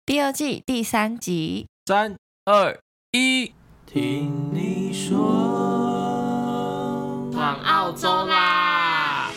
第二季第3集。 3、2、1， 听你说， 往澳洲啦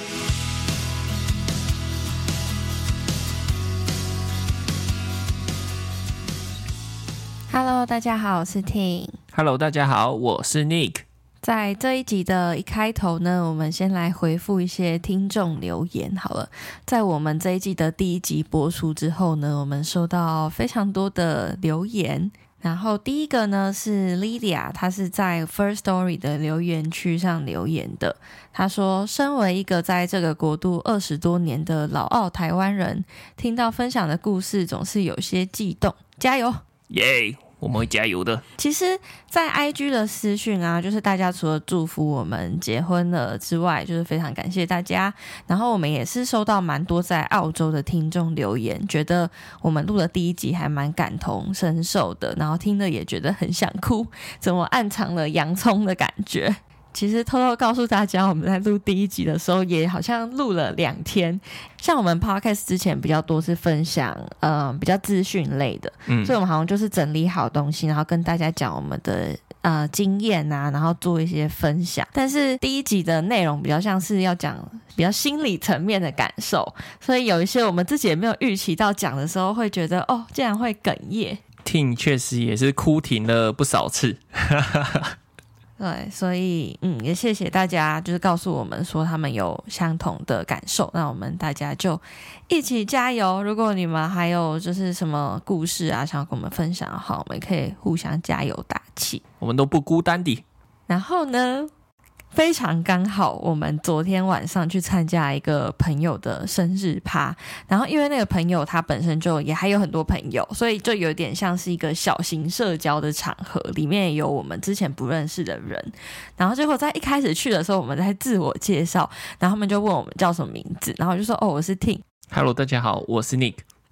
！Hello， 大家好，我是 Ting。Hello， 大家好，我是 Nick。 在这一集的一开头呢，我们先来回复一些听众留言好了。在我们这一季的第1集播出之后呢，我们收到非常多的留言。然后第一个呢是 Lydia， 她是在 First Story 的留言区上留言的。她说，身为一个在这个国度20多年的老澳台湾人，听到分享的故事总是有些悸动，加油！ 耶！我们会加油的。 其实在 IG 的私讯啊，就是大家除了祝福我们结婚了之外，就是非常感谢大家。然后我们也是收到蛮多在澳洲的听众留言，觉得我们录的第1集还蛮感同身受的，然后听了也觉得很想哭，怎么暗藏了洋葱的感觉。其实偷偷告诉大家，我们在录第1集的时候也好像录了2天。像我们 podcast 之前比较多是分享比较资讯类的，所以我们好像就是整理好东西，然后跟大家讲我们的经验啊，然后做一些分享。但是第1集的内容比较像是要讲比较心理层面的感受，所以有一些我们自己也没有预期到讲的时候会觉得哦，竟然会哽咽。 Ting 确实也是哭停了不少次。 对，所以也谢谢大家，就是告诉我们说他们有相同的感受，那我们大家就一起加油。如果你们还有就是什么故事啊想要跟我们分享的话，我们可以互相加油打气， 我们都不孤单的。 然后呢，非常刚好我们昨天晚上去参加一个朋友的生日趴，然后因为那个朋友他本身就也还有很多朋友，所以就有点像是一个小型社交的场合，里面也有我们之前不认识的人。然后结果在一开始去的时候，我们在自我介绍，然后他们就问我们叫什么名字，然后我就说哦，我是 Ting。 Hello， 大家好，我是 Nick。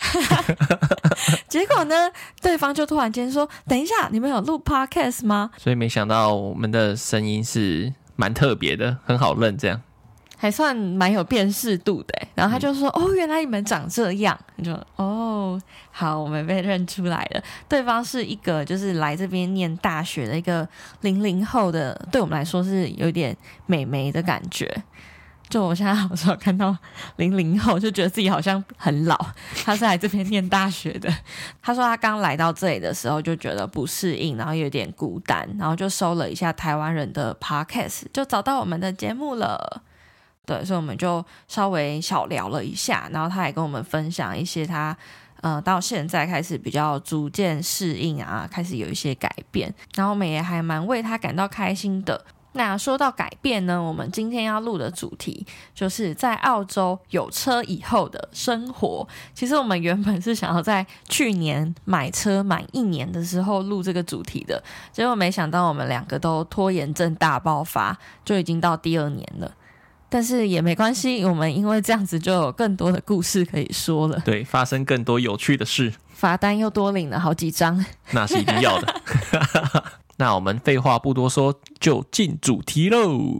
结果呢，对方就突然间说，等一下，你们有录 podcast 吗？ 所以没想到我们的声音是蛮特别的，很好认，这样还算蛮有辨识度的。然后他就说哦，原来你们长这样。你就哦，好，我们被认出来了。对方是一个就是来这边念大学的一个00后的，对我们来说是有点美眉的感觉。就我现在好少看到00后，就觉得自己好像很老。他是来这边念大学的。他说他刚来到这里的时候就觉得不适应，然后有点孤单，然后就搜了一下台湾人的 podcast， 就找到我们的节目了。对，所以我们就稍微小聊了一下，然后他也跟我们分享一些他到现在开始比较逐渐适应啊，开始有一些改变，然后我们也还蛮为他感到开心的。那说到改变呢，我们今天要录的主题就是在澳洲有车以后的生活。其实我们原本是想要在去年买车满1年的时候录这个主题的，结果没想到我们2个都拖延症大爆发，就已经到第2年了。但是也没关系，我们因为这样子就有更多的故事可以说了。 对，发生更多有趣的事， 罚单又多领了好几张， 那是一定要的。那我们废话不多说，就进主题喽。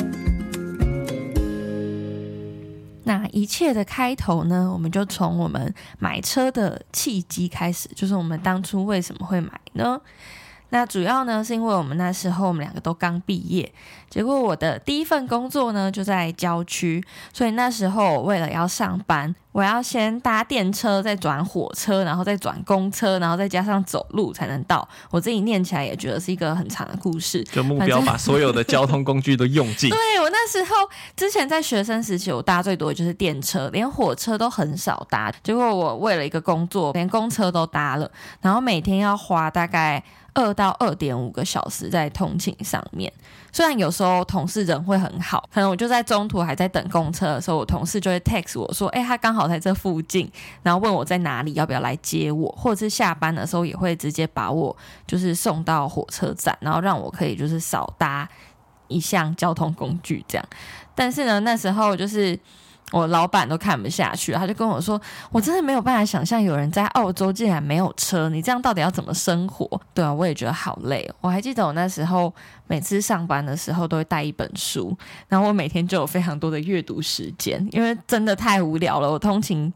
那一切的开头呢，我们就从我们买车的契机开始，就是我们当初为什么会买呢？那主要呢是因为我们那时候我们2个都刚毕业，结果我的第1份工作呢就在郊区，所以那时候为了要上班，我要先搭电车，再转火车，然后再转公车，然后再加上走路才能到。我自己念起来也觉得是一个很长的故事， 就目标把所有的交通工具都用尽。 对，我那时候之前在学生时期，我搭最多的就是电车，连火车都很少搭。结果我为了一个工作，连公车都搭了，然后每天要花大概2到2.5个小时在通勤上面。虽然有时候同事人会很好，可能我就在中途还在等公车的时候，我同事就会 text 我说他刚好在这附近，然后问我在哪里，要不要来接我，或者是下班的时候也会直接把我就是送到火车站，然后让我可以就是少搭一项交通工具这样。但是呢，那时候就是我老板都看不下去，他就跟我说，我真的没有办法想象有人在澳洲竟然没有车，你这样到底要怎么生活？对啊，我也觉得好累。我还记得我那时候每次上班的时候都会带一本书，然后我每天就有非常多的阅读时间，因为真的太无聊了。我通勤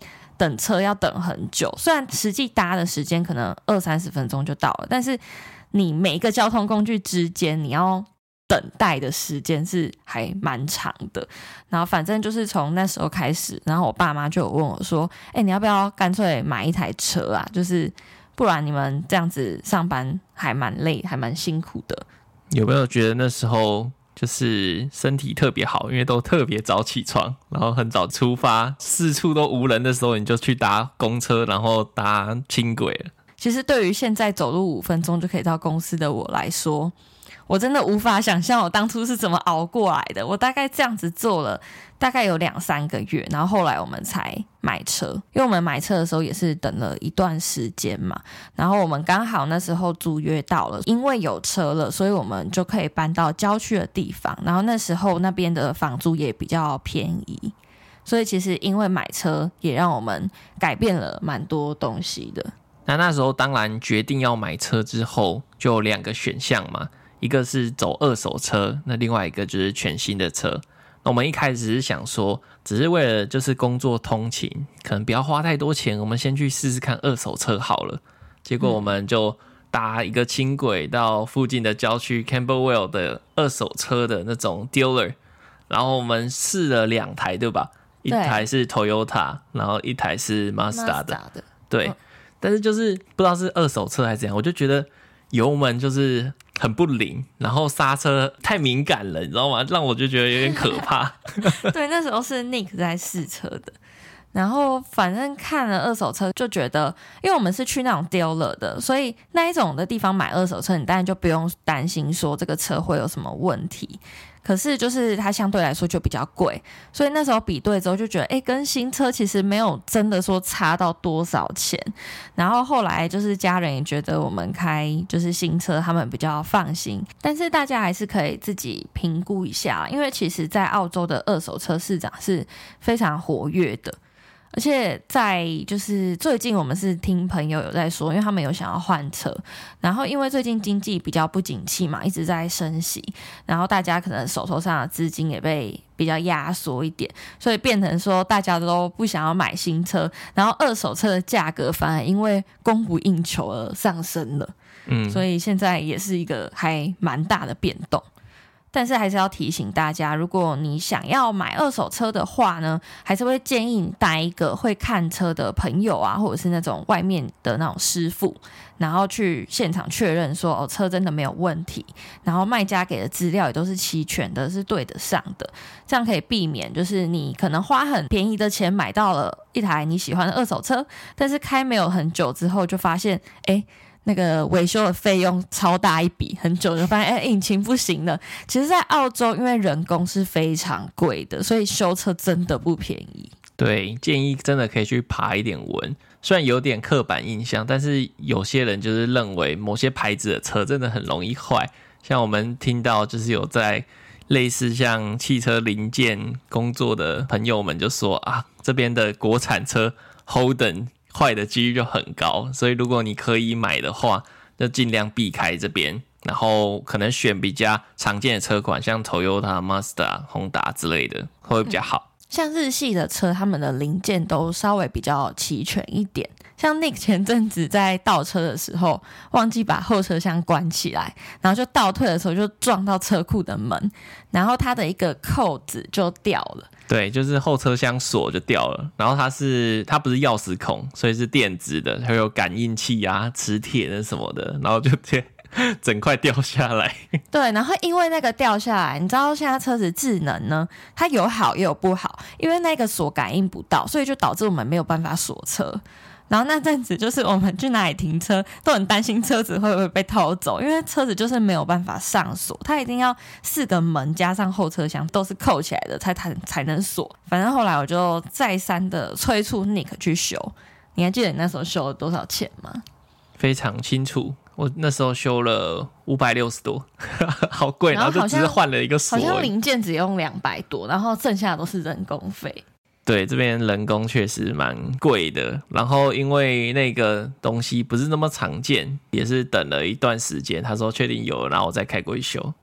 等车要等很久，虽然实际搭的时间可能20-30分钟就到了，但是你每一个交通工具之间你要等待的时间是还蛮长的。然后反正就是从那时候开始，然后我爸妈就有问我说你要不要干脆买一台车啊，就是不然你们这样子上班还蛮累还蛮辛苦的。 有没有觉得那时候就是身体特别好，因为都特别早起床，然后很早出发，四处都无人的时候你就去搭公车，然后搭轻轨了。 其实对于现在走路5分钟就可以到公司的我来说，我真的无法想象我当初是怎么熬过来的。我大概这样子做了大概有2-3个月，然后后来我们才买车。因为我们买车的时候也是等了一段时间嘛，然后我们刚好那时候租约到了，因为有车了，所以我们就可以搬到郊区的地方，然后那时候那边的房租也比较便宜，所以其实因为买车也让我们改变了蛮多东西的。 那时候当然决定要买车之后就有2个选项嘛，一个是走二手车，那另外一个就是全新的车。那我们一开始是想说只是为了就是工作通勤可能不要花太多钱，我们先去试试看二手车好了。结果我们就搭一个轻轨到附近的郊区 Camberwell 的二手车的那种 dealer， 然后我们试了2台对吧，一台是 Toyota 然后一台是 Mazda 的，对，但是就是不知道是二手车还是怎样，我就觉得油门就是很不灵，然后刹车太敏感了，你知道吗？让我就觉得有点可怕。 对，那时候是 Nick 在试车的，然后反正看了二手车就觉得，因为我们是去那种 dealer 的，所以那一种的地方买二手车，你当然就不用担心说这个车会有什么问题。可是就是它相对来说就比较贵，所以那时候比对之后就觉得跟新车其实没有真的说差到多少钱。然后后来就是家人也觉得我们开就是新车他们比较放心，但是大家还是可以自己评估一下，因为其实在澳洲的二手车市场是非常活跃的。而且在就是最近我们是听朋友有在说，因为他们有想要换车，然后因为最近经济比较不景气嘛，一直在升息，然后大家可能手头上的资金也被比较压缩一点，所以变成说大家都不想要买新车，然后二手车的价格反而因为供不应求而上升了。所以现在也是一个还蛮大的变动。但是还是要提醒大家，如果你想要买二手车的话呢，还是会建议你带一个会看车的朋友啊，或者是那种外面的那种师傅，然后去现场确认说车真的没有问题，然后卖家给的资料也都是齐全的，是对得上的，这样可以避免就是你可能花很便宜的钱买到了一台你喜欢的二手车，但是开没有很久之后就发现那个维修的费用超大一笔，很久就发现引擎不行了。其实在澳洲因为人工是非常贵的，所以修车真的不便宜。 对，建议真的可以去爬一点文，虽然有点刻板印象，但是有些人就是认为某些牌子的车真的很容易坏，像我们听到就是有在类似像汽车零件工作的朋友们就说这边的国产车 Holden坏的几率就很高，所以如果你可以买的话就尽量避开这边，然后可能选比较常见的车款，像 Toyota、Mazda、Honda 之类的会比较好。 像日系的车他们的零件都稍微比较齐全一点，像 Nick 前阵子在倒车的时候忘记把后车厢关起来，然后就倒退的时候就撞到车库的门，然后他的一个扣子就掉了。 对，就是后车厢锁就掉了，然后它不是钥匙孔，所以是电子的，它有感应器啊、磁铁的什么的，然后就整块掉下来。 对，然后因为那个掉下来，你知道现在车子智能呢，它有好也有不好，因为那个锁感应不到，所以就导致我们没有办法锁车。然后那阵子就是我们去哪里停车都很担心车子会不会被偷走，因为车子就是没有办法上锁，它一定要4个门加上后车厢都是扣起来的才能锁。反正后来我就再三的催促 Nick 去修。你还记得你那时候修了多少钱吗？ 非常清楚，我那时候修了560多好贵，然后就只是换了一个锁， 好像零件只用200多，然后剩下的都是人工费。 对，这边人工确实蛮贵的，然后因为那个东西不是那么常见，也是等了一段时间，他说确定有了，然后我再开过去修。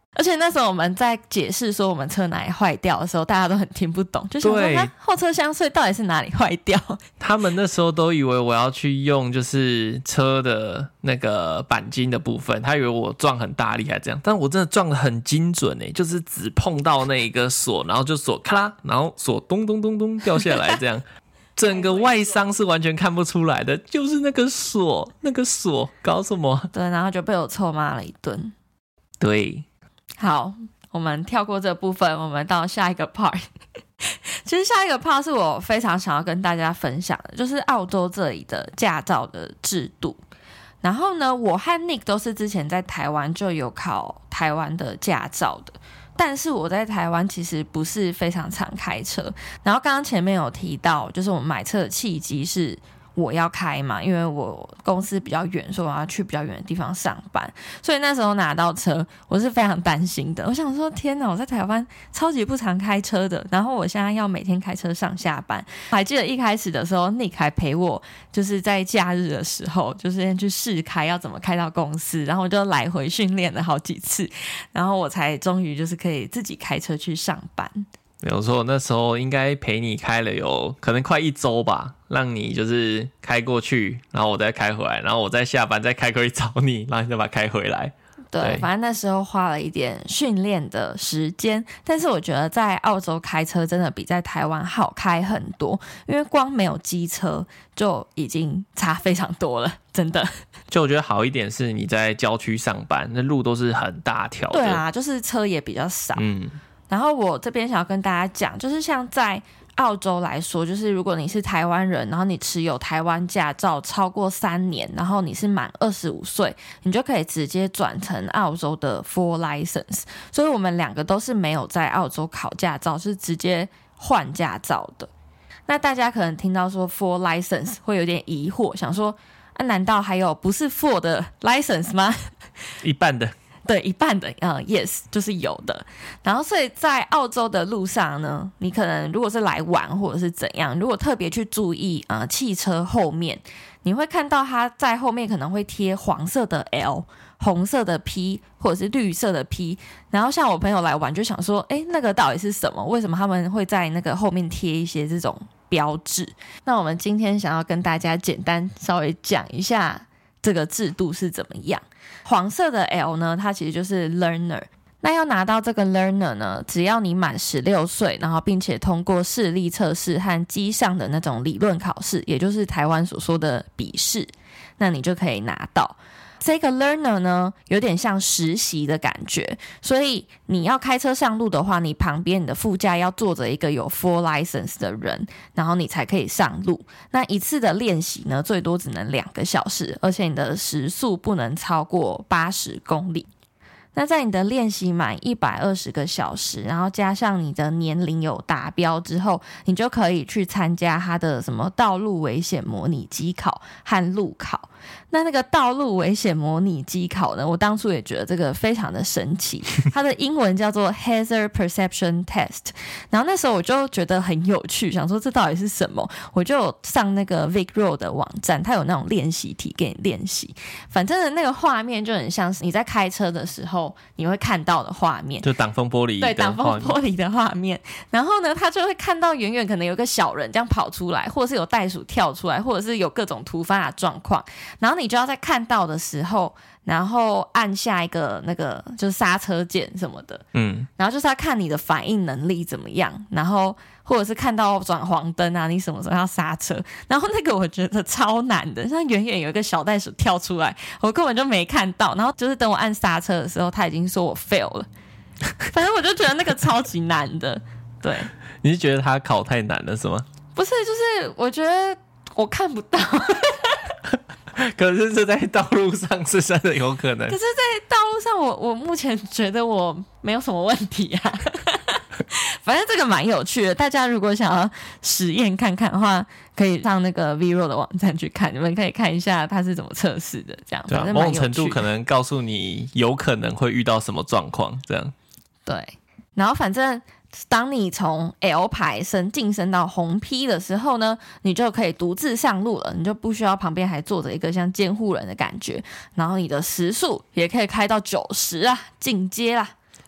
而且那时候我们在解释说我们车哪里坏掉的时候，大家都很听不懂，就想说后车厢所以到底是哪里坏掉。 他们那时候都以为我要去用就是车的那个钣金的部分，他以为我撞很大力还这样，但我真的撞得很精准欸，就是只碰到那一个锁，然后就锁咔啦，然后锁咚咚咚咚掉下来这样。整个外伤是完全看不出来的，就是那个锁搞什么？ 对，然后就被我臭骂了一顿。 对， 好，我们跳过这部分，我们到下一个 part。其实下一个 part 是我非常想要跟大家分享的，就是澳洲这里的驾照的制度。然后呢，我和 Nick 都是之前在台湾就有考台湾的驾照的，但是我在台湾其实不是非常常开车。然后刚刚前面有提到，就是我们买车的契机是我要开嘛，因为我公司比较远，所以我要去比较远的地方上班，所以那时候拿到车我是非常担心的。我想说天哪，我在台湾超级不常开车的，然后我现在要每天开车上下班。我还记得一开始的时候 Nick 还陪我，就是在假日的时候就是先去试开要怎么开到公司，然后我就来回训练了好几次，然后我才终于就是可以自己开车去上班。 没有错，那时候应该陪你开了有可能快1周吧，让你就是开过去，然后我再开回来，然后我再下班再开过去找你，然后你再把它开回来。 对，反正那时候花了一点训练的时间，但是我觉得在澳洲开车真的比在台湾好开很多，因为光没有机车就已经差非常多了，真的。 就我觉得好一点是你在郊区上班，那路都是很大条的。 对啊，就是车也比较少。然后我这边想要跟大家讲，就是像在澳洲来说，就是如果你是台湾人，然后你持有台湾驾照超过3年，然后你是满25岁，你就可以直接转成澳洲的 full license。所以我们2个都是没有在澳洲考驾照，是直接换驾照的。那大家可能听到说 full license 会有点疑惑，想说难道还有不是 full 的 license 吗？ 一半的。 对，一半的yes 就是有的。然后所以在澳洲的路上呢，你可能如果是来玩或者是怎样，如果特别去注意汽车后面，你会看到它在后面可能会贴黄色的 L、红色的 P 或者是绿色的 P。然后像我朋友来玩就想说，那个到底是什么？为什么他们会在那个后面贴一些这种标志？那我们今天想要跟大家简单稍微讲一下这个制度是怎么样。黄色的 L 呢，它其实就是 learner。那要拿到这个 learner 呢，只要你满16岁，然后并且通过视力测试和机上的那种理论考试，也就是台湾所说的笔试，那你就可以拿到。这个 learner 呢，有点像实习的感觉，所以你要开车上路的话，你旁边你的副驾要坐着一个有 full license 的人，然后你才可以上路。那一次的练习呢，最多只能2个小时，而且你的时速不能超过80公里。那在你的练习满120个小时，然后加上你的年龄有达标之后，你就可以去参加它的什么道路危险模拟机考和路考。那个道路危险模拟机考呢，我当初也觉得这个非常的神奇，它的英文叫做 Hazard Perception Test。 然后那时候我就觉得很有趣，想说这到底是什么，我就上那个 VicRoad 的网站，它有那种练习题给你练习。反正那个画面就很像是你在开车的时候你会看到的画面， 就挡风玻璃的画面。 对，挡风玻璃的画面。然后呢，他就会看到远远可能有个小人这样跑出来，或者是有袋鼠跳出来，或者是有各种突发的状况，然后你就要在看到的时候，然后按下一个那个就是刹车键什么的，然后就是要看你的反应能力怎么样，然后或者是看到转黄灯啊，你什么时候要刹车。然后那个我觉得超难的，像远远有一个小袋鼠跳出来，我根本就没看到，然后就是等我按刹车的时候，他已经说我 fail 了。反正我就觉得那个超级难的。对， 你是觉得他考太难了是吗？ 不是，就是我觉得我看不到。 可是这在道路上是真的有可能。 可是在道路上我目前觉得我没有什么问题啊。反正这个蛮有趣的，大家如果想要实验看看的话，可以上那个 VicRoad 的网站去看，你们可以看一下它是怎么测试的，这样对啊，某种程度可能告诉你有可能会遇到什么状况，这样。 对，然后反正当你从 L 牌晋升到红 P 的时候呢，你就可以独自上路了，你就不需要旁边还坐着一个像监护人的感觉，然后你的时速也可以开到90啊，进阶啦。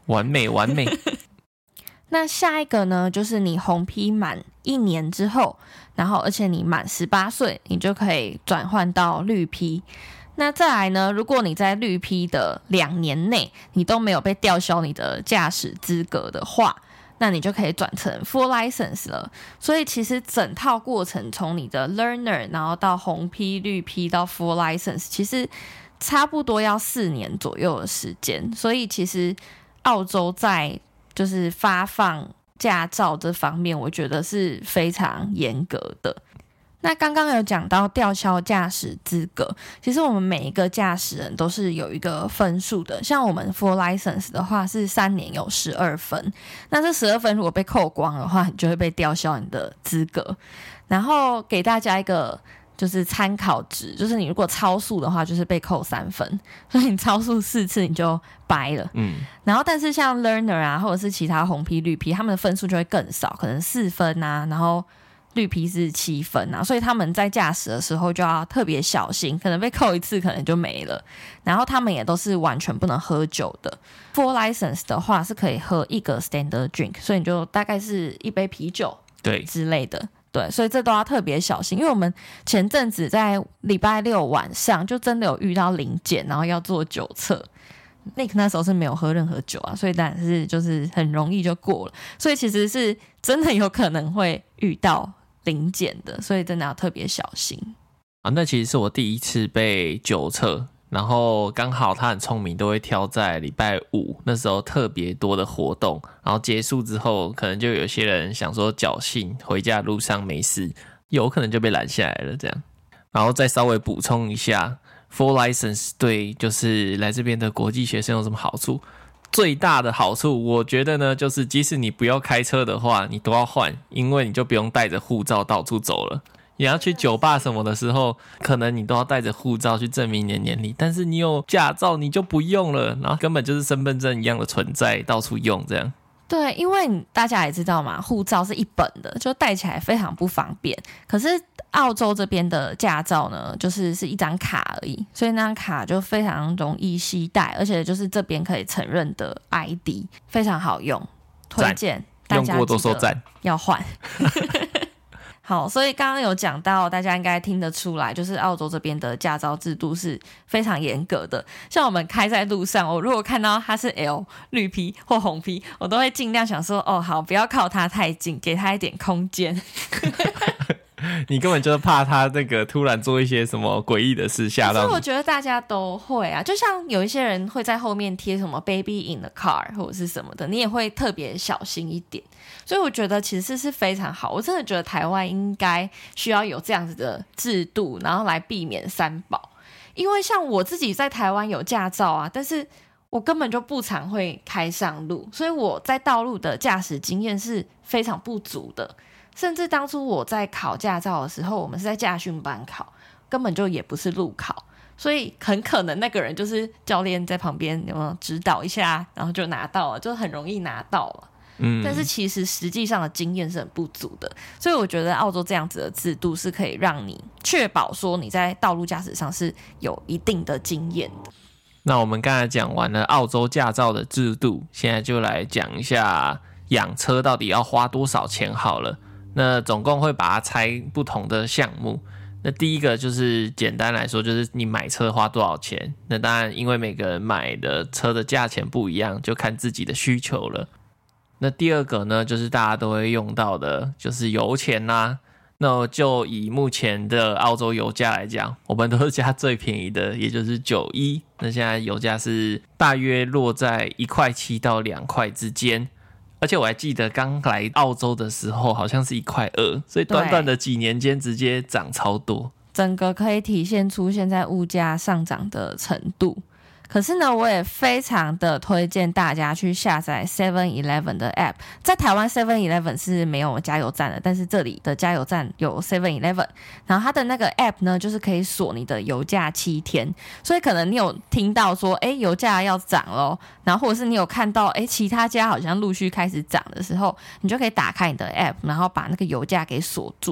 完美完美。 那下一个呢，就是你红批满1年之后，然后而且你满18岁，你就可以转换到绿批。那再来呢，如果你在绿批的2年内，你都没有被吊销你的驾驶资格的话，那你就可以转成 full license 了。所以其实整套过程从你的 learner， 然后到红批、绿批到 full license， 其实差不多要4年左右的时间。所以其实澳洲在就是发放驾照这方面，我觉得是非常严格的。那刚刚有讲到吊销驾驶资格，其实我们每一个驾驶人都是有一个分数的。像我们 full license 的话是3年有12分，那这12分如果被扣光的话，你就会被吊销你的资格。然后给大家一个就是参考值，就是你如果超速的话，就是被扣3分，所以你超速4次你就掰了。然后但是像 learner 啊，或者是其他红批、绿批，他们的分数就会更少，可能4分啊，然后绿批是7分啊，所以他们在驾驶的时候就要特别小心，可能被扣1次可能就没了。然后他们也都是完全不能喝酒的。Full license 的话是可以喝1个 standard drink， 所以你就大概是1杯啤酒对之类的。对，所以这都要特别小心，因为我们前阵子在礼拜6晚上就真的有遇到临检，然后要做酒测。Nick 那时候是没有喝任何酒啊，所以当然是就是很容易就过了。所以其实是真的有可能会遇到临检的，所以真的要特别小心啊。那其实是我第一次被酒测，然后刚好他很聪明，都会挑在礼拜5那时候特别多的活动，然后结束之后可能就有些人想说侥幸回家的路上没事，有可能就被拦下来了这样。然后再稍微补充一下 full license 对就是来这边的国际学生有什么好处。最大的好处我觉得呢，就是即使你不要开车的话，你都要换，因为你就不用带着护照到处走了。你要去酒吧什么的时候，可能你都要带着护照去证明你的年龄，但是你有驾照你就不用了，然后根本就是身份证一样的存在，到处用这样。 对，因为大家也知道嘛，护照是1本的，就带起来非常不方便。可是澳洲这边的驾照呢，就是1张卡而已，所以那张卡就非常容易携带，而且就是这边可以承认的 ID， 非常好用，推荐大家用过都说赞， 要换。好，所以刚刚有讲到，大家应该听得出来，就是澳洲这边的驾照制度是非常严格的。像我们开在路上，我如果看到它是 L 绿批或红批，我都会尽量想说，哦，好，不要靠它太近，给它一点空间。 你根本就是怕他那个突然做一些什么诡异的事吓到你。 可是我觉得大家都会啊，就像有一些人会在后面贴什么 baby in the car 或者是什么的，你也会特别小心一点。所以我觉得其实是非常好，我真的觉得台湾应该需要有这样子的制度，然后来避免三宝。因为像我自己在台湾有驾照啊，但是我根本就不常会开上路，所以我在道路的驾驶经验是非常不足的。甚至当初我在考驾照的时候，我们是在驾训班考，根本就也不是路考，所以很可能那个人就是教练在旁边有没有指导一下，然后就拿到了，就很容易拿到了。但是其实实际上的经验是很不足的，所以我觉得澳洲这样子的制度是可以让你确保说你在道路驾驶上是有一定的经验的。 那我们刚才讲完了澳洲驾照的制度，现在就来讲一下养车到底要花多少钱好了。那总共会把它拆不同的项目。那第一个就是简单来说，就是你买车花多少钱。那当然因为每个人买的车的价钱不一样，就看自己的需求了。那第二个呢，就是大家都会用到的，就是油钱啦。那就以目前的澳洲油价来讲，我们都是加最便宜的，也就是91。那现在油价是大约落在1.7到2块之间。而且我还记得刚来澳洲的时候好像是1.2，所以短短的几年间直接涨超多， 整个可以体现出现在物价上涨的程度。可是呢，我也非常的推荐大家去下载 7-Eleven 的 App。在台湾 7-Eleven 是没有加油站的，但是这里的加油站有 7-Eleven。然后它的那个 App 呢，就是可以锁你的油价7天。所以可能你有听到说，油价要涨咯，然后或者是你有看到，其他家好像陆续开始涨的时候，你就可以打开你的 App， 然后把那个油价给锁住。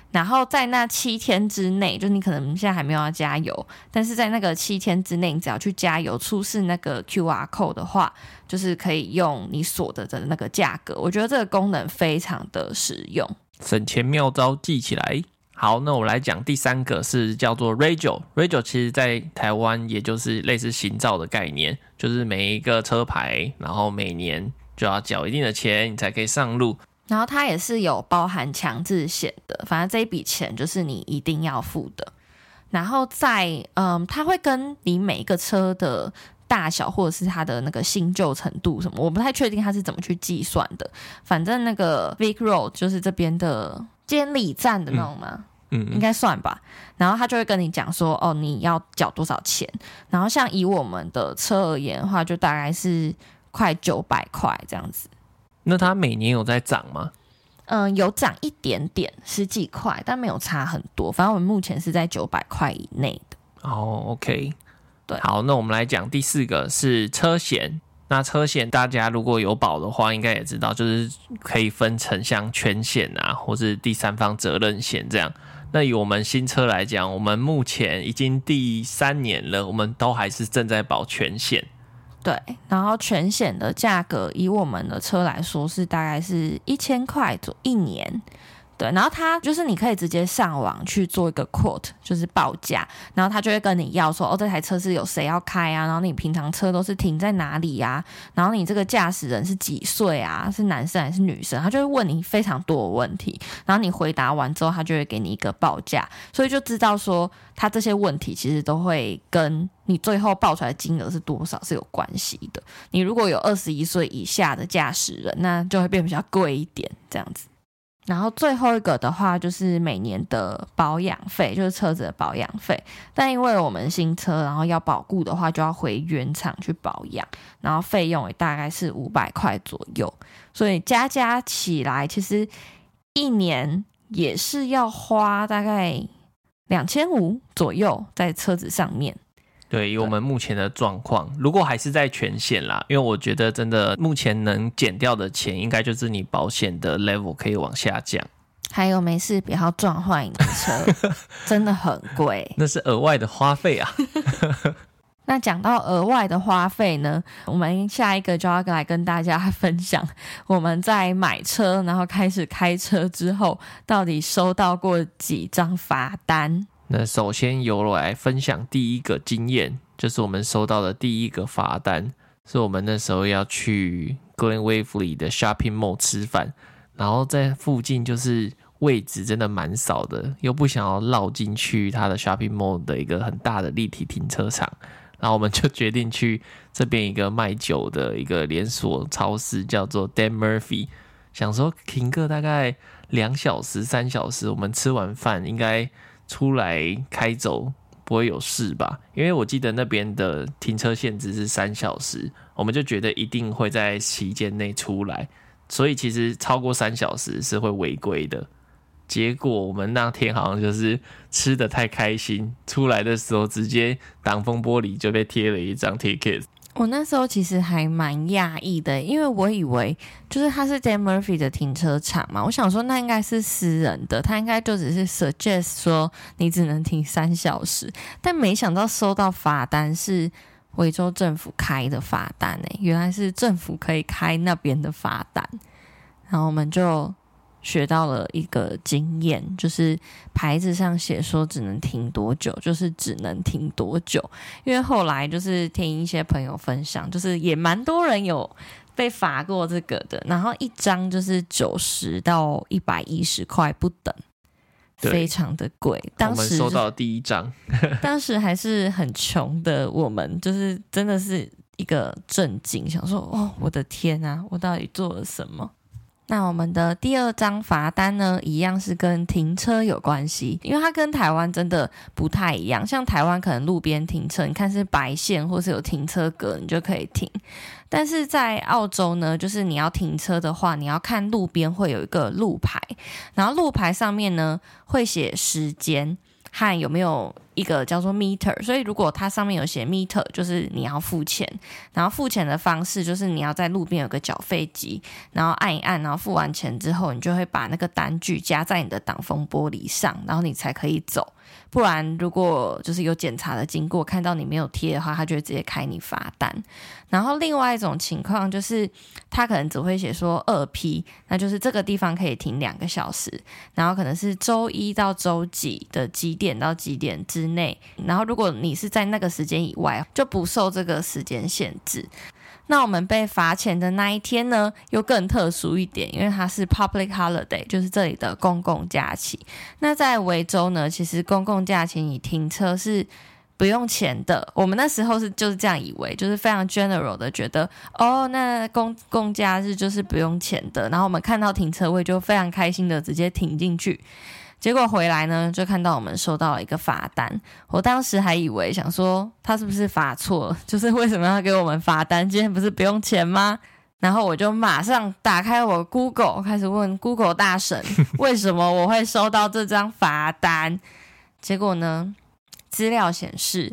然后在那7天之内，就你可能现在还没有要加油，但是在那个7天之内，你只要去加油出示那个 QR code 的话，就是可以用你所得的那个价格。我觉得这个功能非常的实用， 省钱妙招记起来。好，那我来讲第3个是叫做 Ragio。Ragio 其实在台湾也就是类似行照的概念，就是每一个车牌，然后每年就要缴一定的钱，你才可以上路。 然后它也是有包含强制险的，反正这一笔钱就是你一定要付的。然后它会跟你每一个车的大小或者是它的那个新旧程度什么，我不太确定它是怎么去计算的。反正那个 Vic Road 就是这边的监理站的那种嘛，应该算吧。然后他就会跟你讲说，哦，你要缴多少钱。然后像以我们的车而言的话，就大概是快900块这样子。 那它每年有在涨吗？ 有涨一点点，10几块，但没有差很多。反正我们目前是在900块以内的。 哦 ，OK， 对， 好，那我们来讲第4个是车险。那车险大家如果有保的话，应该也知道，就是可以分成像全险啊，或是第三方责任险这样。那以我们新车来讲，我们目前已经第3年了，我们都还是正在保全险。 对，然后全险的价格以我们的车来说是大概是1000块左右1年。对，然后它就是你可以直接上网去做一个 quote， 就是报价，然后他就会跟你要说，哦，这台车是有谁要开啊，然后你平常车都是停在哪里啊，然后你这个驾驶人是几岁啊，是男生还是女生，他就会问你非常多的问题，然后你回答完之后，他就会给你一个报价，所以就知道说他这些问题其实都会跟你最后报出来的金额是多少是有关系的。你如果有21岁以下的驾驶人，那就会变比较贵一点这样子。然后最后一个的话就是每年的保养费，就是车子的保养费。但因为我们新车，然后要保固的话就要回原厂去保养，然后费用也大概是500块左右，所以加起来其实一年也是要花大概2500左右在车子上面。 对，以我们目前的状况，如果还是在全险啦，因为我觉得真的目前能减掉的钱，应该就是你保险的 level 可以往下降。 还有没事不要撞坏你的车，真的很贵， 那是额外的花费啊。 那讲到额外的花费呢，我们下一个就要来跟大家分享我们在买车然后开始开车之后，到底收到过几张罚单。 那首先由我来分享第一个经验，就是我们收到的第一个罚单，是我们那时候要去 Glen Waverly 的 Shopping Mall 吃饭，然后在附近就是位置真的蛮少的，又不想要绕进去它的 Shopping Mall 的一个很大的立体停车场，然后我们就决定去这边一个卖酒的一个连锁超市，叫做 Dan Murphy， 想说停个大概2小时3小时，我们吃完饭应该出来开走不会有事吧？因为我记得那边的停车限制是3小时，我们就觉得一定会在期间内出来，所以其实超过3小时是会违规的。结果我们那天好像就是吃得太开心，出来的时候直接挡风玻璃就被贴了一张 ticket。 我那时候其实还蛮讶异的，因为我以为就是它是 Dan Murphy 的停车场嘛，我想说那应该是私人的，他应该就只是 suggest 说你只能停3小时，但没想到收到罚单是维州政府开的罚单原来是政府可以开那边的罚单，然后我们就学到了一个经验，就是牌子上写说只能停多久，就是只能停多久。因为后来就是听一些朋友分享，就是也蛮多人有被罚过这个的，然后一张就是90到110块不等，非常的贵。当时我们收到第一张， 当时还是很穷的，我们就是真的是一个震惊，想说哦，我的天啊，我到底做了什么？那我们的第2张罚单呢，一样是跟停车有关系，因为它跟台湾真的不太一样。像台湾可能路边停车，你看是白线或是有停车格，你就可以停。但是在澳洲呢，就是你要停车的话，你要看路边会有一个路牌，然后路牌上面呢会写时间和有没有一个叫做 meter， 所以如果它上面有写 meter， 就是你要付钱，然后付钱的方式就是你要在路边有个缴费机，然后按一按，然后付完钱之后，你就会把那个单据加在你的挡风玻璃上，然后你才可以走。不然如果就是有检查的经过看到你没有贴的话，他就会直接开你罚单。然后另外一种情况就是他可能只会写说2P，那就是这个地方可以停2个小时，然后可能是周一到周几的几点到几点之内，然后如果你是在那个时间以外就不受这个时间限制。那我们被罚钱的那一天呢，又更特殊一点，因为它是 public holiday， 就是这里的公共假期。那在维州呢，其实公共假期你停车是不用钱的。我们那时候就是这样以为，就是非常 general 的觉得，哦，那公共假日就是不用钱的。然后我们看到停车位就非常开心的直接停进去。结果回来呢，就看到我们收到了一个罚单。我当时还以为想说他是不是罚错了，就是为什么要给我们罚单？今天不是不用钱吗？然后我就马上打开我 Google， 开始问 Google 大神为什么我会收到这张罚单。结果呢，资料显示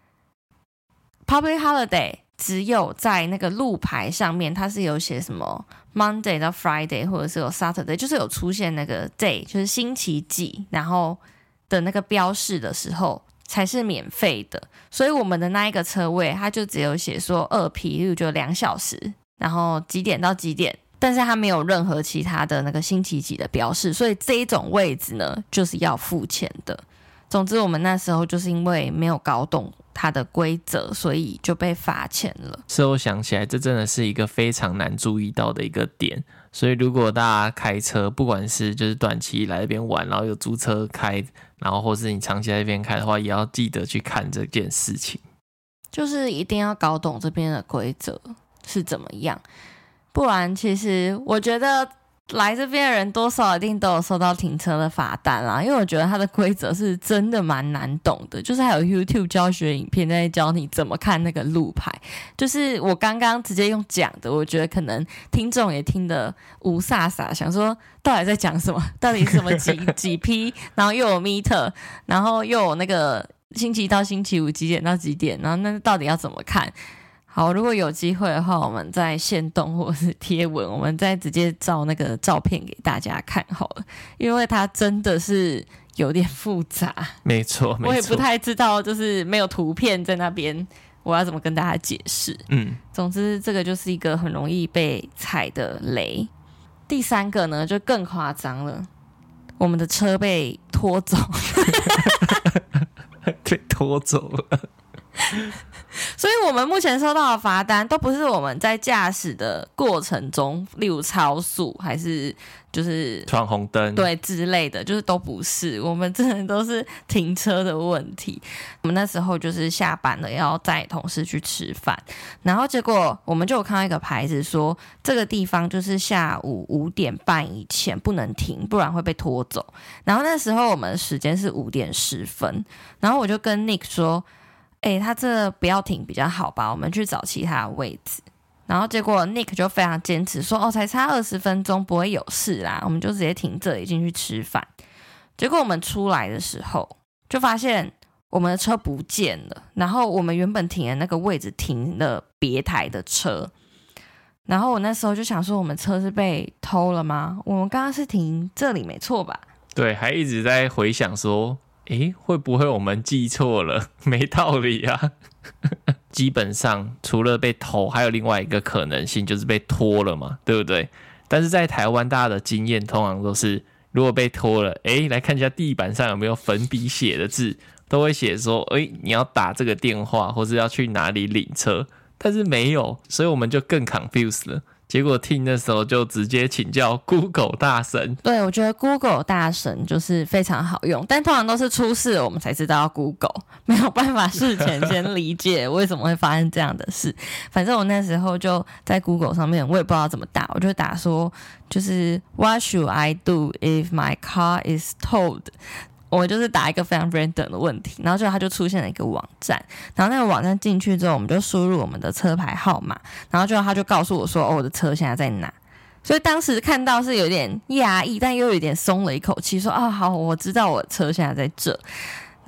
Public Holiday 只有在那个路牌上面它是有写什么 Monday 到 Friday 或者是有 Saturday， 就是有出现那个 day 就是星期几然后的那个标示的时候才是免费的。所以我们的那一个车位它就只有写说2P， 就2小时，然后几点到几点，但是它没有任何其他的那个星期几的标示，所以这一种位置呢就是要付钱的。总之我们那时候就是因为没有搞懂它的规则，所以就被罚钱了。 事后想起来，这真的是一个非常难注意到的一个点。所以如果大家开车，不管是就是短期来这边玩，然后有租车开，然后或是你长期在这边开的话，也要记得去看这件事情， 就是一定要搞懂这边的规则是怎么样，不然其实我觉得来这边的人多少一定都有收到停车的罚单啦，因为我觉得它的规则是真的蛮难懂的，就是还有 YouTube 教学影片在教你怎么看那个路牌，就是我刚刚直接用讲的，我觉得可能听众也听得无煞煞，想说到底在讲什么，到底是什么几批，然后又有 meter， 然后又有那个星期一到星期五几点到几点，然后那到底要怎么看。好，如果有机会的话，我们再限动或是贴文，我们再直接照那个照片给大家看好了，因为它真的是有点复杂。 没错，没错， 我也不太知道，就是没有图片在那边，我要怎么跟大家解释？总之这个就是一个很容易被踩的雷。第三个呢，就更夸张了，我们的车被拖走， 被拖走了。 所以我们目前收到的罚单都不是我们在驾驶的过程中，例如超速还是就是闯红灯， 对之类的，就是都不是，我们真的都是停车的问题。我们那时候就是下班了要载同事去吃饭，然后结果我们就有看到一个牌子说这个地方就是下午5点半以前不能停，不然会被拖走。然后那时候我们的时间是5点10分，然后我就跟 Nick 说他这不要停比较好吧，我们去找其他的位置。然后结果 Nick 就非常坚持说才差20分钟不会有事啦，我们就直接停这里进去吃饭。结果我们出来的时候就发现我们的车不见了，然后我们原本停的那个位置停了别台的车。然后我那时候就想说我们车是被偷了吗？我们刚刚是停这里没错吧？ 对，还一直在回想说会不会我们记错了？没道理啊！基本上除了被偷，还有另外一个可能性就是被拖了嘛，对不对？但是在台湾，大家的经验通常都是，如果被拖了，来看一下地板上有没有粉笔写的字，都会写说，你要打这个电话，或是要去哪里领车，但是没有，所以我们就更 confused 了。结果听的时候就直接请教 Google 大神。 对，我觉得 Google 大神就是非常好用，但通常都是出事了我们才知道要 Google， 没有办法事前先理解为什么会发生这样的事。反正我那时候就在 Google 上面，我也不知道怎么打，我就打说就是 What should I do if my car is towed？我就是打一个非常 random 的问题，然后就它就出现了一个网站，然后那个网站进去之后，我们就输入我们的车牌号码，然后他就告诉我说我的车现在在哪。所以当时看到是有点压抑，但又有点松了一口气，说好，我知道我的车现在在这。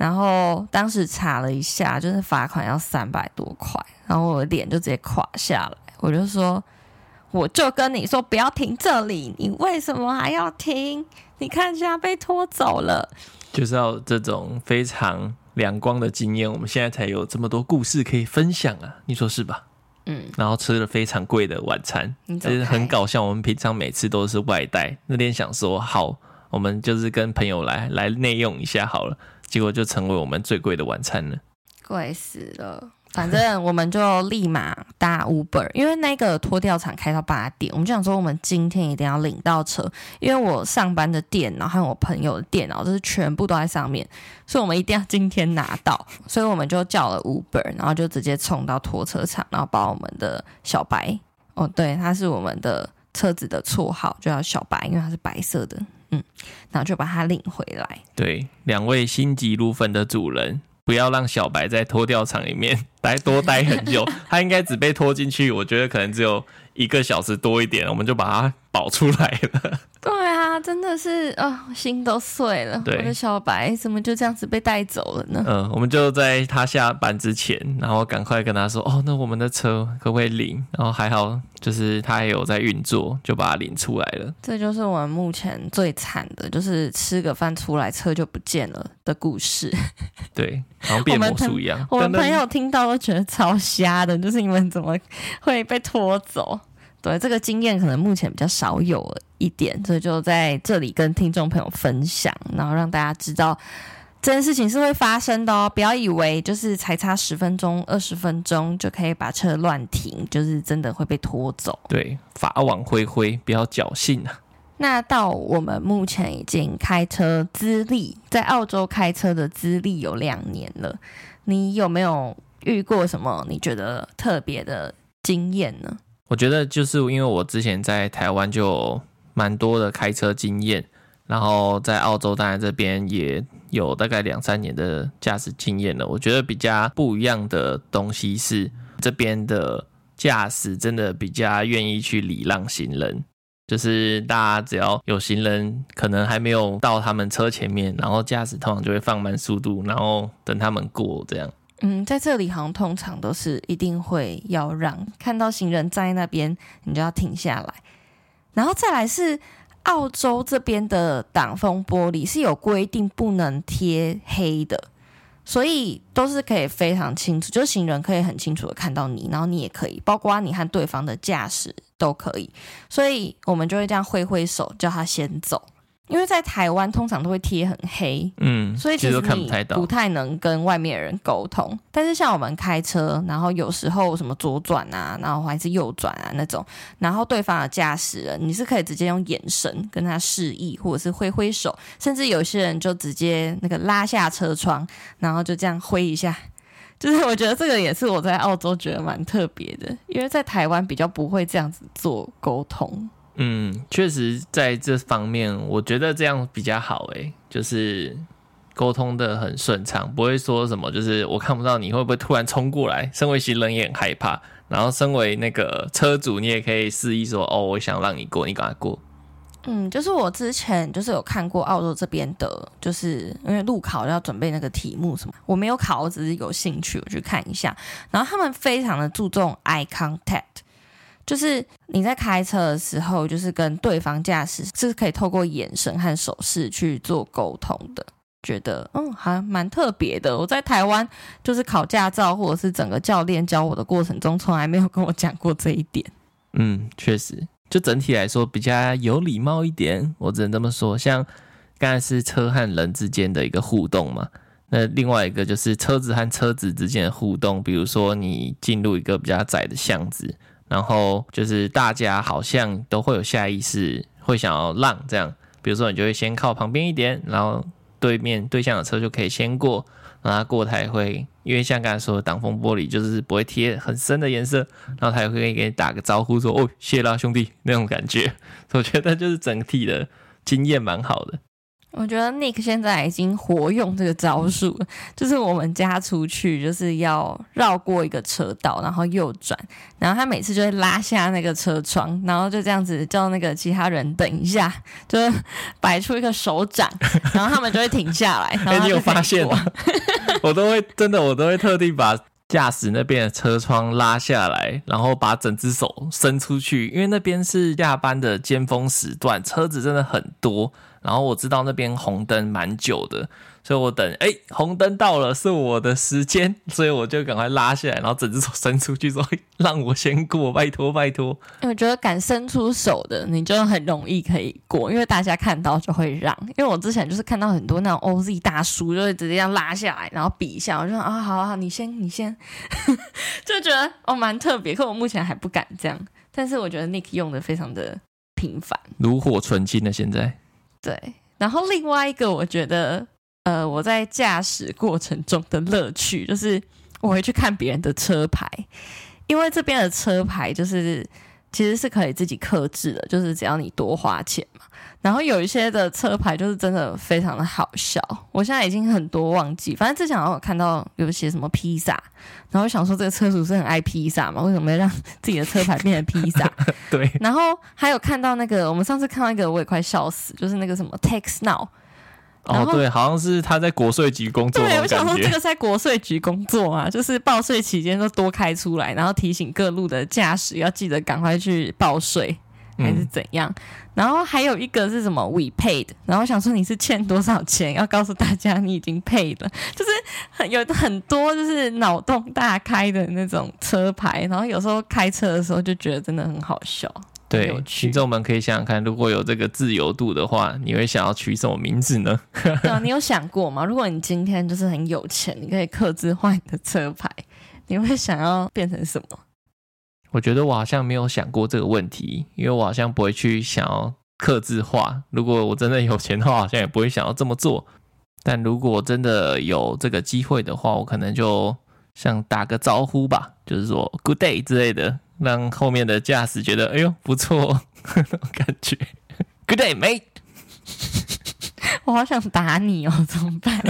然后当时查了一下，就是罚款要300多块，然后我的脸就直接垮下来，我就说，我就跟你说不要停这里，你为什么还要停？你看现在被拖走了。 就是要这种非常两光的经验，我们现在才有这么多故事可以分享啊，你说是吧？然后吃了非常贵的晚餐，就是很搞笑。我们平常每次都是外带，那天想说好，我们就是跟朋友来内用一下好了，结果就成为我们最贵的晚餐了， 贵死了。反正我们就立马搭 Uber， 因为那个拖吊场开到8点，我们就想说我们今天一定要领到车，因为我上班的电脑和我朋友的电脑就是全部都在上面，所以我们一定要今天拿到，所以我们就叫了 Uber， 然后就直接冲到拖车场，然后把我们的小白，哦对，他是我们的车子的绰号，就叫小白，因为他是白色的，然后就把他领回来。 对，2位心急如焚的主人，不要让小白在拖吊场里面多待很久，他应该只被拖进去，我觉得可能只有1个小时多一点，我们就把他保出来了。 对啊，真的是心都碎了。我的小白怎么就这样子被带走了呢？ 我们就在他下班之前，然后赶快跟他说，那我们的车可不可以领？然后还好，就是他也有在运作，就把他领出来了。 这就是我们目前最惨的，就是吃个饭出来车就不见了的故事。 对，好像变魔术一样。 我们朋友听到都觉得超瞎的，就是你们怎么会被拖走？对，这个经验可能目前比较少有一点，所以就在这里跟听众朋友分享，然后让大家知道这件事情是会发生的哦，不要以为就是才差10分钟、20分钟就可以把车乱停，就是真的会被拖走。 对，法网恢恢，不要侥幸啊。 那到我们目前已经开车资历，在澳洲开车的资历有2年了，你有没有遇过什么你觉得特别的经验呢？ 我觉得就是因为我之前在台湾就有蛮多的开车经验，然后在澳洲当然这边也有大概2-3年的驾驶经验了。我觉得比较不一样的东西是这边的驾驶真的比较愿意去礼让行人，就是大家只要有行人可能还没有到他们车前面，然后驾驶通常就会放慢速度，然后等他们过这样。 在这里好像通常都是一定会要让，看到行人站在那边你就要停下来。然后再来是澳洲这边的挡风玻璃是有规定不能贴黑的，所以都是可以非常清楚，就是行人可以很清楚的看到你，然后你也可以，包括你和对方的驾驶都可以，所以我们就会这样挥挥手叫他先走。因为在台湾通常都会贴很黑，所以其实你不太能跟外面的人沟通。但是像我们开车，然后有时候什么左转啊，然后还是右转啊那种，然后对方的驾驶人，你是可以直接用眼神跟他示意，或者是挥挥手，甚至有些人就直接那个拉下车窗，然后就这样挥一下。就是我觉得这个也是我在澳洲觉得蛮特别的，因为在台湾比较不会这样子做沟通。 确实在这方面我觉得这样比较好就是沟通的很顺畅，不会说什么就是我看不到你会不会突然冲过来，身为行人也很害怕，然后身为那个车主你也可以示意说我想让你过，你赶快过。 就是我之前就是有看过澳洲这边的，就是因为路考要准备那个题目什么，我没有考，我只是有兴趣我去看一下，然后他们非常的注重 eye contact，就是你在开车的时候，就是跟对方驾驶是可以透过眼神和手势去做沟通的，觉得还蛮特别的。我在台湾就是考驾照或者是整个教练教我的过程中，从来没有跟我讲过这一点。 确实，就整体来说比较有礼貌一点，我只能这么说。像刚才是车和人之间的一个互动嘛，那另外一个就是车子和车子之间的互动，比如说你进入一个比较窄的巷子，然后就是大家好像都会有下意识会想要让这样，比如说你就会先靠旁边一点，然后对向的车就可以先过，然后他过他也会，因为像刚才说的挡风玻璃就是不会贴很深的颜色，然后他也会给你打个招呼说谢啦兄弟那种感觉，我觉得就是整体的经验蛮好的。 我觉得 Nick 现在已经活用这个招数了，就是我们家出去就是要绕过一个车道，然后右转，然后他每次就会拉下那个车窗，然后就这样子叫那个其他人等一下，就摆出一个手掌，然后他们就会停下来。然后你有发现吗？我都会特地把驾驶那边的车窗拉下来，然后把整只手伸出去，因为那边是下班的尖峰时段，车子真的很多。然后我知道那边红灯蛮久的，所以我等红灯到了是我的时间，所以我就赶快拉下来，然后整只手伸出去说让我先过，拜托拜托。 我觉得敢伸出手的你就很容易可以过，因为大家看到就会让。因为我之前就是看到很多那种 OZ 大叔就会直接这样拉下来，然后比一下，我就说好你先就觉得蛮特别，可我目前还不敢这样。但是我觉得 Nick 用的非常的频繁， 炉火纯青的现在。 对，然后另外一个我觉得我在驾驶过程中的乐趣就是我会去看别人的车牌，因为这边的车牌就是其实是可以自己客制的，就是只要你多花钱嘛。然后有一些的车牌就是真的非常的好笑，我现在已经很多忘记，反正之前好像有看到有写什么披萨，然后想说这个车主是很爱披萨嘛，为什么要让自己的车牌变成披萨？ 对， 然后还有看到那个我们上次看到一个我也快笑死，就是那个什么 Tax Now。 对，好像是他在国税局工作。 对，我想说这个是在国税局工作啊，就是报税期间都多开出来，然后提醒各路的驾驶要记得赶快去报税，还是怎样。然后还有一个是什么 We paid， 然后想说你是欠多少钱，要告诉大家你已经 paid 了，就是有很多就是脑洞大开的那种车牌，然后有时候开车的时候就觉得真的很好笑。 对，听众们可以想想看，如果有这个自由度的话，你会想要取什么名字呢？ 对啊，你有想过吗？如果你今天就是很有钱，你可以客制化你的车牌，你会想要变成什么？ 我觉得我好像没有想过这个问题，因为我好像不会去想要客制化。如果我真的有钱的话，好像也不会想要这么做。但如果真的有这个机会的话，我可能就像打个招呼吧，就是说 Good day 之类的，让后面的驾驶觉得哎呦不错那种感觉。Good day mate 我好想打你哦，怎么办？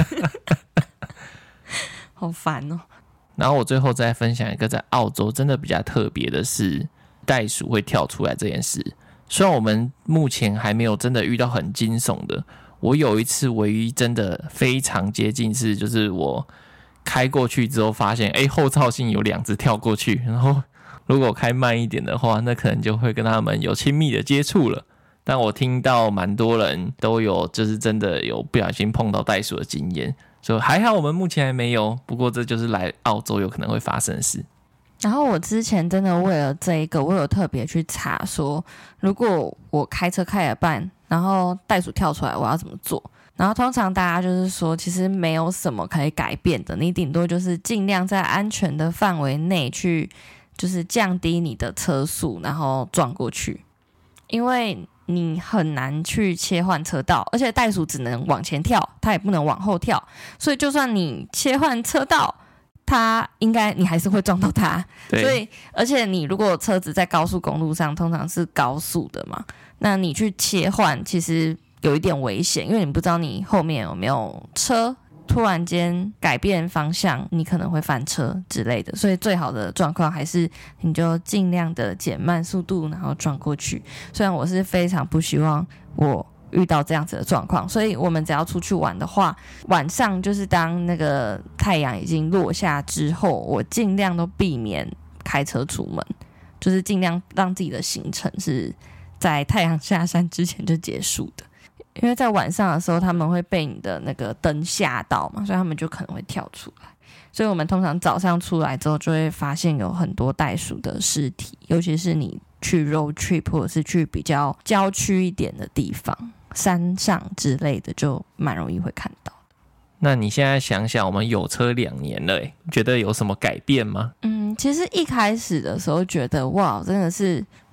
好烦哦。 然后我最后再分享一个在澳洲真的比较特别的是袋鼠会跳出来这件事。虽然我们目前还没有真的遇到很惊悚的，我有一次唯一真的非常接近是，就是我开过去之后发现后照镜有2只跳过去，然后如果开慢一点的话，那可能就会跟他们有亲密的接触了。但我听到蛮多人都有就是真的有不小心碰到袋鼠的经验，所以还好我们目前还没有，不过这就是来澳洲有可能会发生的事。 然后我之前真的为了这一个，我有特别去查说，如果我开车开了半，然后袋鼠跳出来，我要怎么做？然后通常大家就是说，其实没有什么可以改变的，你顶多就是尽量在安全的范围内去，就是降低你的车速，然后撞过去，因为你很难去切换车道，而且袋鼠只能往前跳，它也不能往后跳，所以就算你切换车道，它应该你还是会撞到它。所以而且你如果车子在高速公路上，通常是高速的嘛，那你去切换其实有一点危险，因为你不知道你后面有没有车，突然间改变方向，你可能会翻车之类的，所以最好的状况还是你就尽量的减慢速度，然后撞过去。虽然我是非常不希望我遇到这样子的状况，所以我们只要出去玩的话，晚上就是当那个太阳已经落下之后，我尽量都避免开车出门，就是尽量让自己的行程是在太阳下山之前就结束的。因为在晚上的时候他们会被你的那个灯吓到嘛，所以他们就可能会跳出来。所以我们通常早上出来之后就会发现有很多袋鼠的尸体，尤其是你去 road trip 或者是去比较郊区一点的地方，山上之类的，就蛮容易会看到。 那你现在想想，我们有车2年了，觉得有什么改变吗？ 其实一开始的时候觉得哇，真的是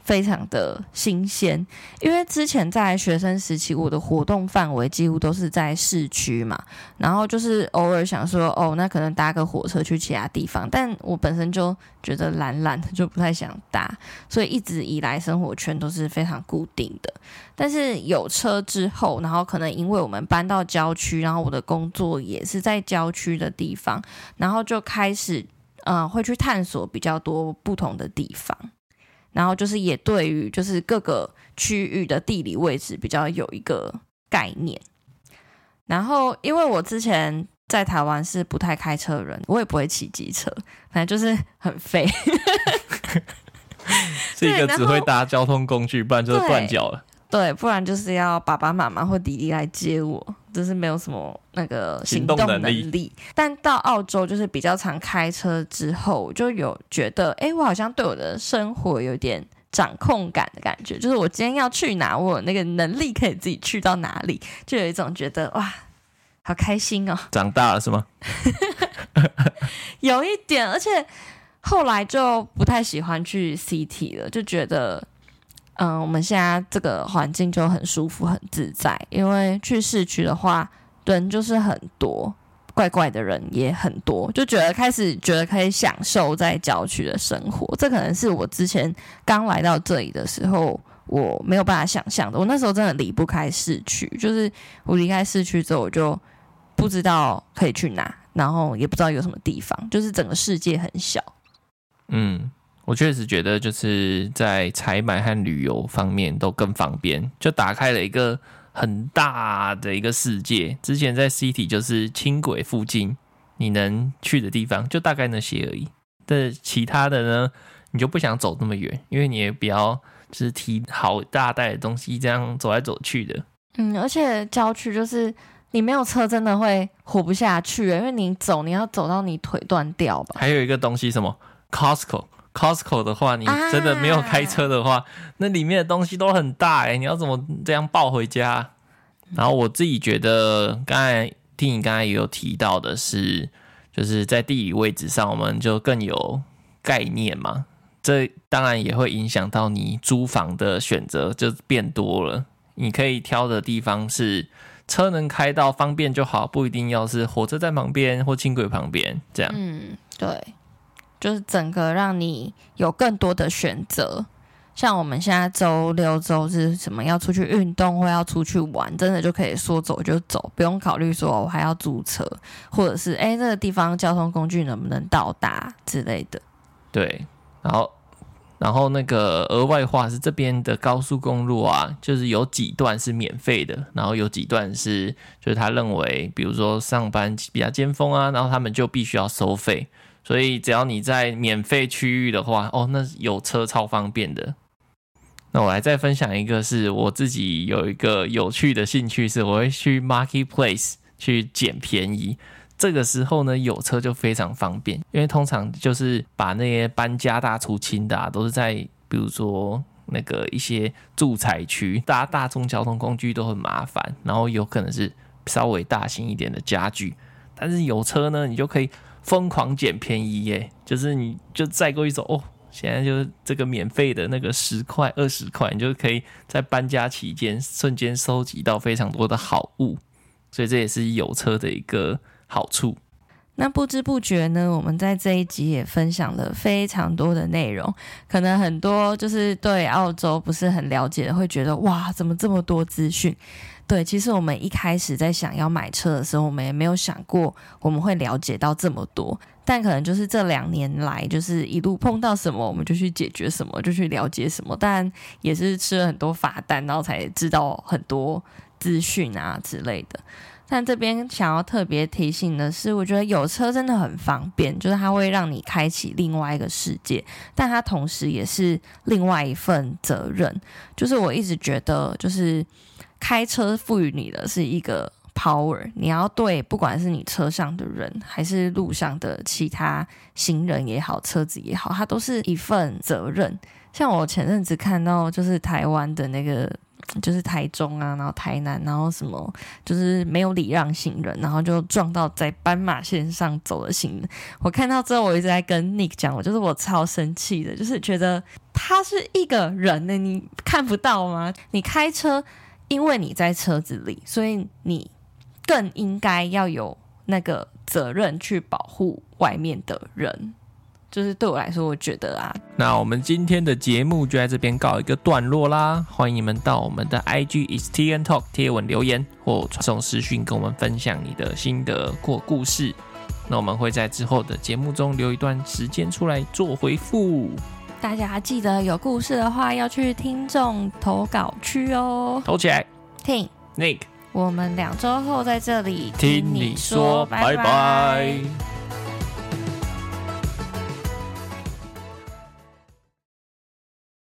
非常的新鲜，因为之前在学生时期，我的活动范围几乎都是在市区嘛，然后就是偶尔想说，那可能搭个火车去其他地方，但我本身就觉得懒懒的，就不太想搭，所以一直以来生活圈都是非常固定的。但是有车之后，然后可能因为我们搬到郊区，然后我的工作也是在郊区的地方，然后就开始会去探索比较多不同的地方，然后就是也对于就是各个区域的地理位置比较有一个概念。然后因为我之前在台湾是不太开车的人，我也不会骑机车，反正就是很废是一个只会搭交通工具，不然就是断脚了。 对，不然就是要爸爸妈妈或弟弟来接我，就是没有什么那个行动能力。但到澳洲就是比较常开车之后，我就有觉得，我好像对我的生活有点掌控感的感觉，就是我今天要去哪，我有那个能力可以自己去到哪里，就有一种觉得哇，好开心哦！ 长大了是吗？ 有一点，而且后来就不太喜欢去 city 了，就觉得。我们现在这个环境就很舒服很自在，因为去市区的话人就是很多，怪怪的人也很多，就开始觉得可以享受在郊区的生活，这可能是我之前刚来到这里的时候我没有办法想象的。我那时候真的离不开市区，就是我离开市区之后我就不知道可以去哪，然后也不知道有什么地方，就是整个世界很小。 我确实觉得就是在采买和旅游方面都更方便，就打开了一个很大的一个世界。之前在 City 就是轻轨附近你能去的地方就大概那些而已，但其他的呢你就不想走那么远，因为你也不要就是提好大袋的东西这样走来走去的。 而且郊区就是你没有车真的会活不下去，因为你要走到你腿断掉吧。 还有一个东西什么 Costco 的话，你真的没有开车的话，那里面的东西都很大你要怎么这样抱回家？然后我自己觉得，刚才听你刚才也有提到的是，就是在地理位置上，我们就更有概念嘛。这当然也会影响到你租房的选择就变多了，你可以挑的地方是车能开到方便就好，不一定要是火车站旁边或轻轨旁边这样。 对。就是整个让你有更多的选择，像我们现在周六周日什么要出去运动或要出去玩，真的就可以说走就走，不用考虑说我还要租车，或者是这个地方交通工具能不能到达之类的。 对，然后那个额外话是这边的高速公路啊，就是有几段是免费的，然后有几段是就是他认为比如说上班比较尖峰啊，然后他们就必须要收费。所以只要你在免费区域的话，那有车超方便的。那我来再分享一个，是我自己有一个有趣的兴趣，是我会去 Marketplace 去捡便宜。这个时候呢，有车就非常方便，因为通常就是把那些搬家大出清的都是在比如说那个一些住宅区，搭大众交通工具都很麻烦，然后有可能是稍微大型一点的家具，但是有车呢，你就可以疯狂捡便宜耶，就是你就再过一走现在就是这个免费的那个10块20块，你就可以在搬家期间瞬间收集到非常多的好物，所以这也是有车的一个好处。 那不知不觉呢，我们在这一集也分享了非常多的内容，可能很多就是对澳洲不是很了解的会觉得哇，怎么这么多资讯。对，其实我们一开始在想要买车的时候，我们也没有想过我们会了解到这么多，但可能就是这2年来就是一路碰到什么我们就去解决什么，就去了解什么，但也是吃了很多罚单，然后才知道很多资讯啊之类的。但这边想要特别提醒的是，我觉得有车真的很方便，就是它会让你开启另外一个世界，但它同时也是另外一份责任。就是我一直觉得，就是开车赋予你的是一个 power， 你要对不管是你车上的人还是路上的其他行人也好，车子也好，它都是一份责任。像我前阵子看到就是台湾的那个就是台中啊，然后台南，然后什么就是没有礼让行人，然后就撞到在斑马线上走的行人。我看到之后，我一直在跟 Nick 讲，我超生气的，就是觉得他是一个人呢，你看不到吗？你开车，因为你在车子里，所以你更应该要有那个责任去保护外面的人。就是对我来说，我觉得啊， 那我们今天的节目就在这边告一个段落啦。欢迎你们到我们的 IG It'sTN Talk 贴文留言，或传送私讯跟我们分享你的心得或故事。那我们会在之后的节目中留一段时间出来做回复。 大家记得有故事的话，要去听众投稿区哦。 投起来， 听 Nick， 我们2周后在这里听你说，拜拜。